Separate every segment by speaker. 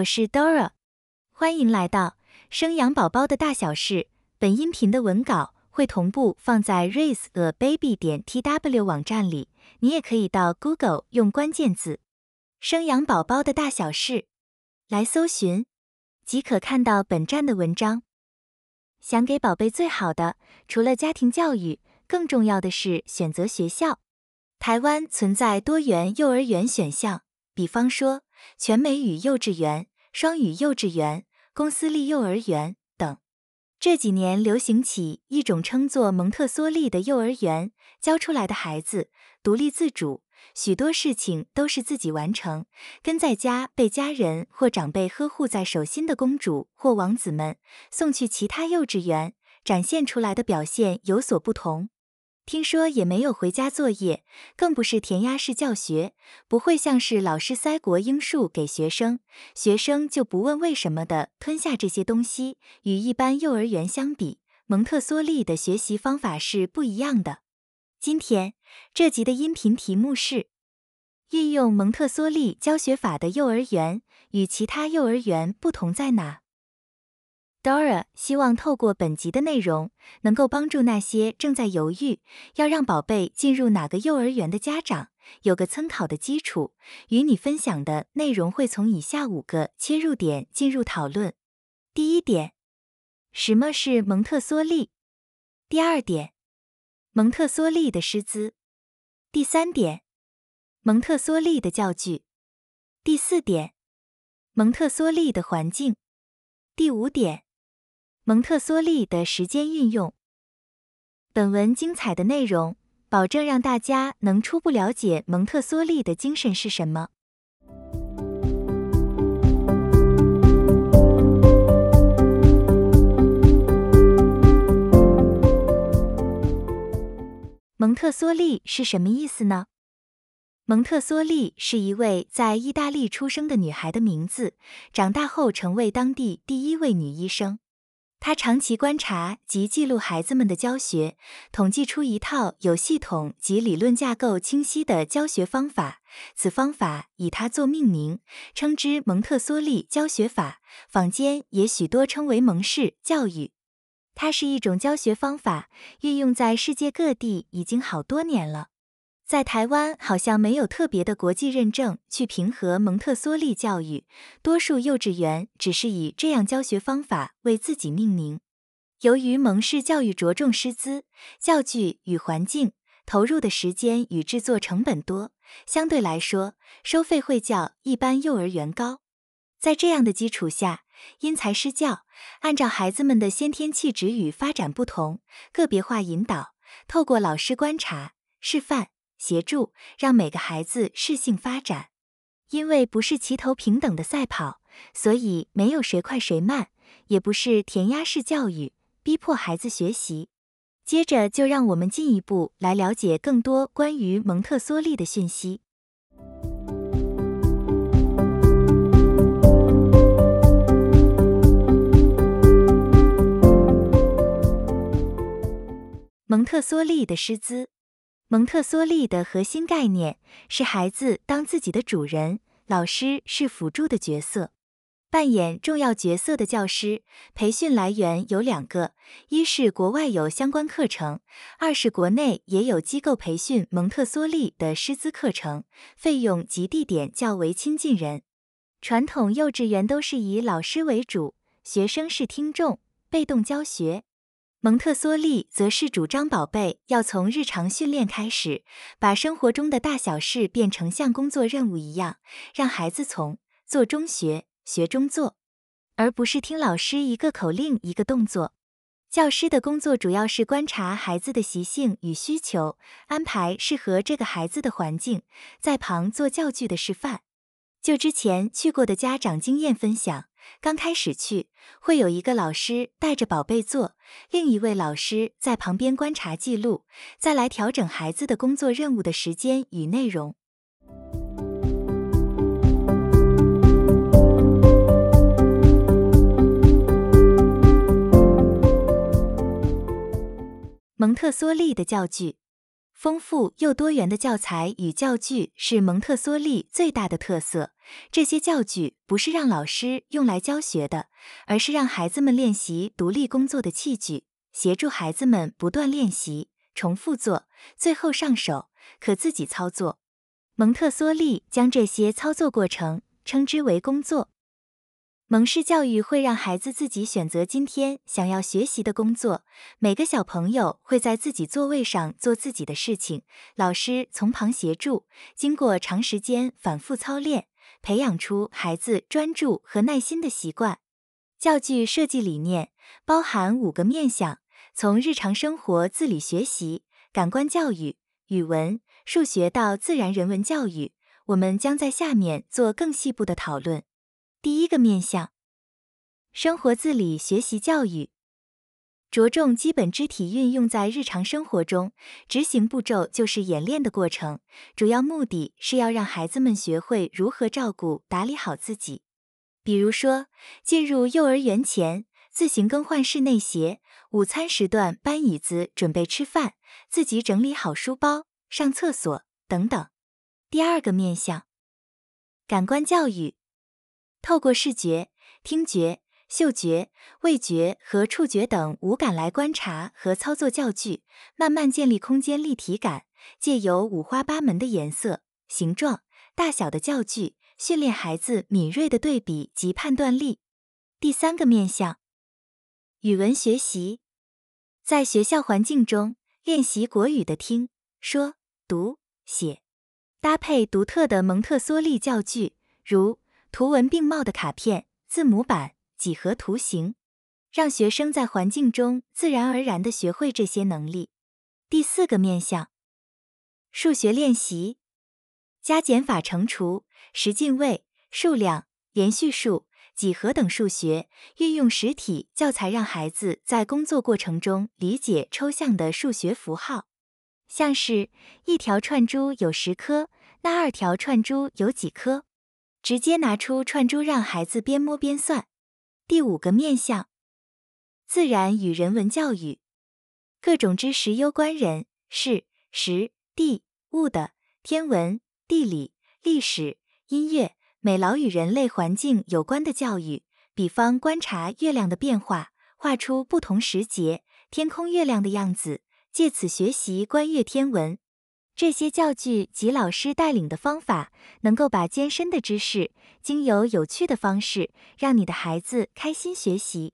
Speaker 1: 我是 Dora， 欢迎来到生养宝宝的大小事。本音频的文稿会同步放在 raiseababy.tw 网站里，你也可以到 Google 用关键字生养宝宝的大小事来搜寻，即可看到本站的文章。想给宝贝最好的，除了家庭教育，更重要的是选择学校。台湾存在多元幼儿园选项，比方说全美语幼稚园、双语幼稚园、公私立幼儿园等。这几年流行起一种称作蒙特梭利的幼儿园，教出来的孩子独立自主，许多事情都是自己完成，跟在家被家人或长辈呵护在手心的公主或王子们送去其他幼稚园，展现出来的表现有所不同。听说也没有回家作业，更不是填鸭式教学，不会像是老师塞国英数给学生，学生就不问为什么的吞下这些东西。与一般幼儿园相比，蒙特梭利的学习方法是不一样的。今天这集的音频题目是运用蒙特梭利教学法的幼儿园与其他幼儿园不同在哪？Dora 希望透过本集的内容，能够帮助那些正在犹豫要让宝贝进入哪个幼儿园的家长，有个参考的基础。与你分享的内容会从以下5个切入点进入讨论。第一点，什么是蒙特梭利？第二点，蒙特梭利的师资。第三点，蒙特梭利的教具。第4点，蒙特梭利的环境。第5点，蒙特梭利的时间运用。本文精彩的内容，保证让大家能初步了解蒙特梭利的精神是什么。蒙特梭利是什么意思呢？蒙特梭利是一位在意大利出生的女孩的名字，长大后成为当地第1位女医生。她长期观察及记录孩子们的教学，统计出一套有系统及理论架构清晰的教学方法。此方法以她做命名，称之蒙特梭利教学法，坊间也许多称为蒙氏教育。它是一种教学方法，运用在世界各地已经好多年了。在台湾好像没有特别的国际认证去评核蒙特梭利教育，多数幼稚园只是以这样教学方法为自己命名。由于蒙氏教育着重师资、教具与环境，投入的时间与制作成本多，相对来说，收费会较一般幼儿园高。在这样的基础下，因材施教，按照孩子们的先天气质与发展不同，个别化引导，透过老师观察、示范、协助，让每个孩子适性发展。因为不是齐头平等的赛跑，所以没有谁快谁慢，也不是填鸭式教育，逼迫孩子学习。接着就让我们进一步来了解更多关于蒙特梭利的讯息。蒙特梭利的师资。蒙特梭利的核心概念是孩子当自己的主人，老师是辅助的角色。扮演重要角色的教师，培训来源有2个，一是国外有相关课程，二是国内也有机构培训蒙特梭利的师资课程，费用及地点较为亲近人。传统幼稚园都是以老师为主，学生是听众，被动教学。蒙特梭利则是主张宝贝要从日常训练开始，把生活中的大小事变成像工作任务一样，让孩子从做中学，学中做，而不是听老师一个口令一个动作。教师的工作主要是观察孩子的习性与需求，安排适合这个孩子的环境，在旁做教具的示范。就之前去过的家长经验分享，刚开始去，会有一个老师带着宝贝做，另一位老师在旁边观察记录，再来调整孩子的工作任务的时间与内容。蒙特梭利的教具。 丰富又多元的教材与教具是蒙特梭利最大的特色。这些教具不是让老师用来教学的，而是让孩子们练习独立工作的器具，协助孩子们不断练习、重复做，最后上手，可自己操作。蒙特梭利将这些操作过程称之为工作。蒙氏教育会让孩子自己选择今天想要学习的工作，每个小朋友会在自己座位上做自己的事情，老师从旁协助，经过长时间反复操练，培养出孩子专注和耐心的习惯。教具设计理念包含5个面向，从日常生活自理学习、感官教育、语文、数学到自然人文教育，我们将在下面做更细部的讨论。第一个面向，生活自理学习教育，着重基本肢体运用在日常生活中，执行步骤就是演练的过程，主要目的是要让孩子们学会如何照顾、打理好自己。比如说，进入幼儿园前，自行更换室内鞋，午餐时段搬椅子准备吃饭，自己整理好书包，上厕所等等。第二个面向，感官教育，透过视觉、听觉、嗅觉、味觉和触觉等五感来观察和操作教具，慢慢建立空间立体感，借由五花八门的颜色、形状、大小的教具，训练孩子敏锐的对比及判断力。第三个面向，语文学习，在学校环境中练习国语的听、说、读、写，搭配独特的蒙特梭利教具，如图文并茂的卡片、字母板、几何图形，让学生在环境中自然而然地学会这些能力。第四个面向，数学练习，加减法乘除、十进位、数量、连续数、几何等数学，运用实体教材让孩子在工作过程中理解抽象的数学符号，像是一条串珠有10颗，那2条串珠有几颗？直接拿出串珠让孩子边摸边算。第5个面向，自然与人文教育，各种知识攸关人、事、时、地、物的天文、地理、历史、音乐、美劳与人类环境有关的教育，比方观察月亮的变化，画出不同时节、天空月亮的样子，借此学习观月天文。这些教具及老师带领的方法，能够把艰深的知识经由有趣的方式，让你的孩子开心学习。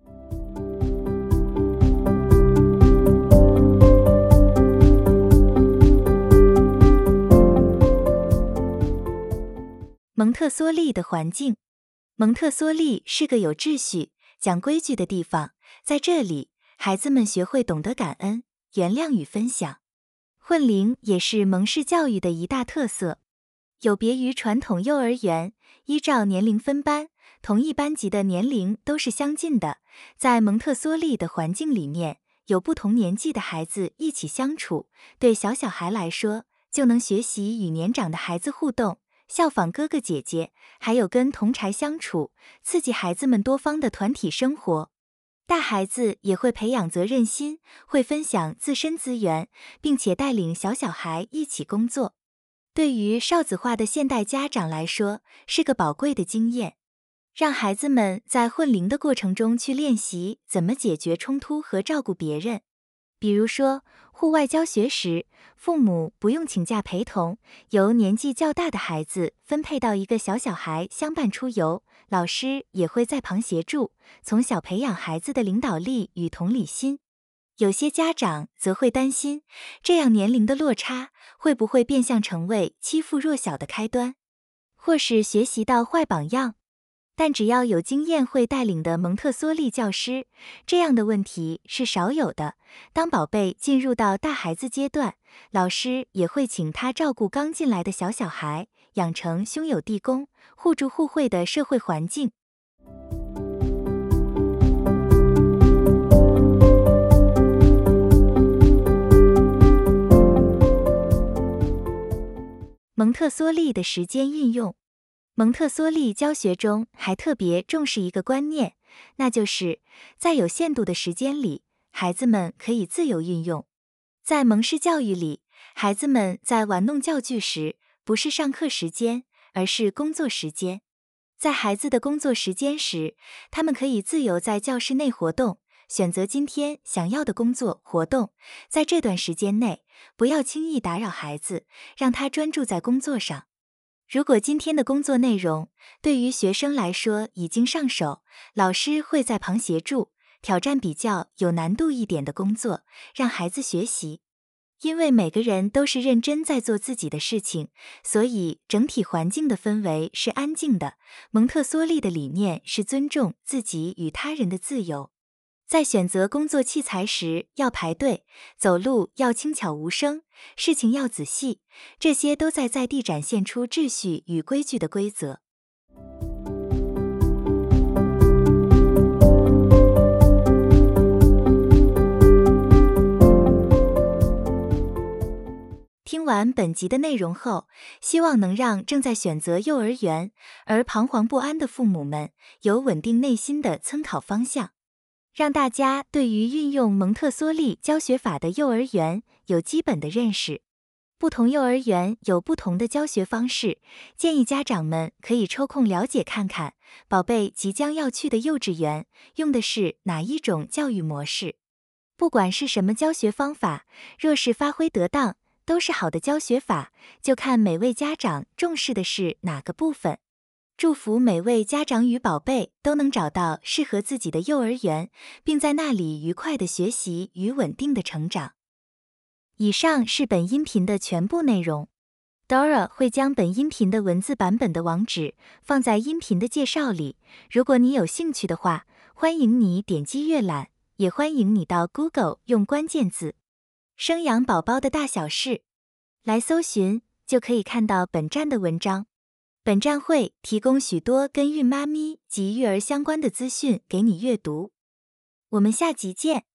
Speaker 1: 蒙特梭利的环境，蒙特梭利是个有秩序、讲规矩的地方，在这里，孩子们学会懂得感恩、原谅与分享。混龄也是蒙氏教育的一大特色，有别于传统幼儿园，依照年龄分班，同一班级的年龄都是相近的。在蒙特梭利的环境里面，有不同年纪的孩子一起相处，对小孩来说，就能学习与年长的孩子互动，效仿哥哥姐姐，还有跟同侪相处，刺激孩子们多方的团体生活。大孩子也会培养责任心，会分享自身资源，并且带领小孩一起工作。对于少子化的现代家长来说，是个宝贵的经验，让孩子们在混龄的过程中去练习怎么解决冲突和照顾别人。比如说，户外教学时，父母不用请假陪同，由年纪较大的孩子分配到一个小孩相伴出游，老师也会在旁协助，从小培养孩子的领导力与同理心。有些家长则会担心，这样年龄的落差会不会变相成为欺负弱小的开端，或是学习到坏榜样。但只要有经验会带领的蒙特梭利教师，这样的问题是少有的。当宝贝进入到大孩子阶段，老师也会请他照顾刚进来的小孩，养成兄友弟恭、互助互惠的社会环境。蒙特梭利的时间运用，蒙特梭利教学中还特别重视一个观念，那就是在有限度的时间里，孩子们可以自由运用。在蒙氏教育里， 孩子们在玩弄教具时，不是上课时间，而是工作时间。在孩子的工作时间时，他们可以自由在教室内活动，选择今天想要的工作活动。在这段时间内，不要轻易打扰孩子，让他专注在工作上。如果今天的工作内容对于学生来说已经上手，老师会在旁协助，挑战比较有难度一点的工作，让孩子学习。因为每个人都是认真在做自己的事情，所以整体环境的氛围是安静的。蒙特梭利的理念是尊重自己与他人的自由。在选择工作器材时要排队，走路要轻巧无声，事情要仔细，这些都在地展现出秩序与规矩的规则。听完本集的内容后，希望能让正在选择幼儿园而彷徨不安的父母们有稳定内心的参考方向，让大家对于运用蒙特梭利教学法的幼儿园有基本的认识。不同幼儿园有不同的教学方式，建议家长们可以抽空了解看看，宝贝即将要去的幼稚园用的是哪一种教育模式。不管是什么教学方法，若是发挥得当，都是好的教学法，就看每位家长重视的是哪个部分。祝福每位家长与宝贝都能找到适合自己的幼儿园，并在那里愉快的学习与稳定的成长。以上是本音频的全部内容。Dora 会将本音频的文字版本的网址放在音频的介绍里，如果你有兴趣的话，欢迎你点击阅览，也欢迎你到 Google 用关键字生养宝宝的大小事来搜寻，就可以看到本站的文章。本站会提供许多跟孕妈咪及育儿相关的资讯给你阅读。我们下集见。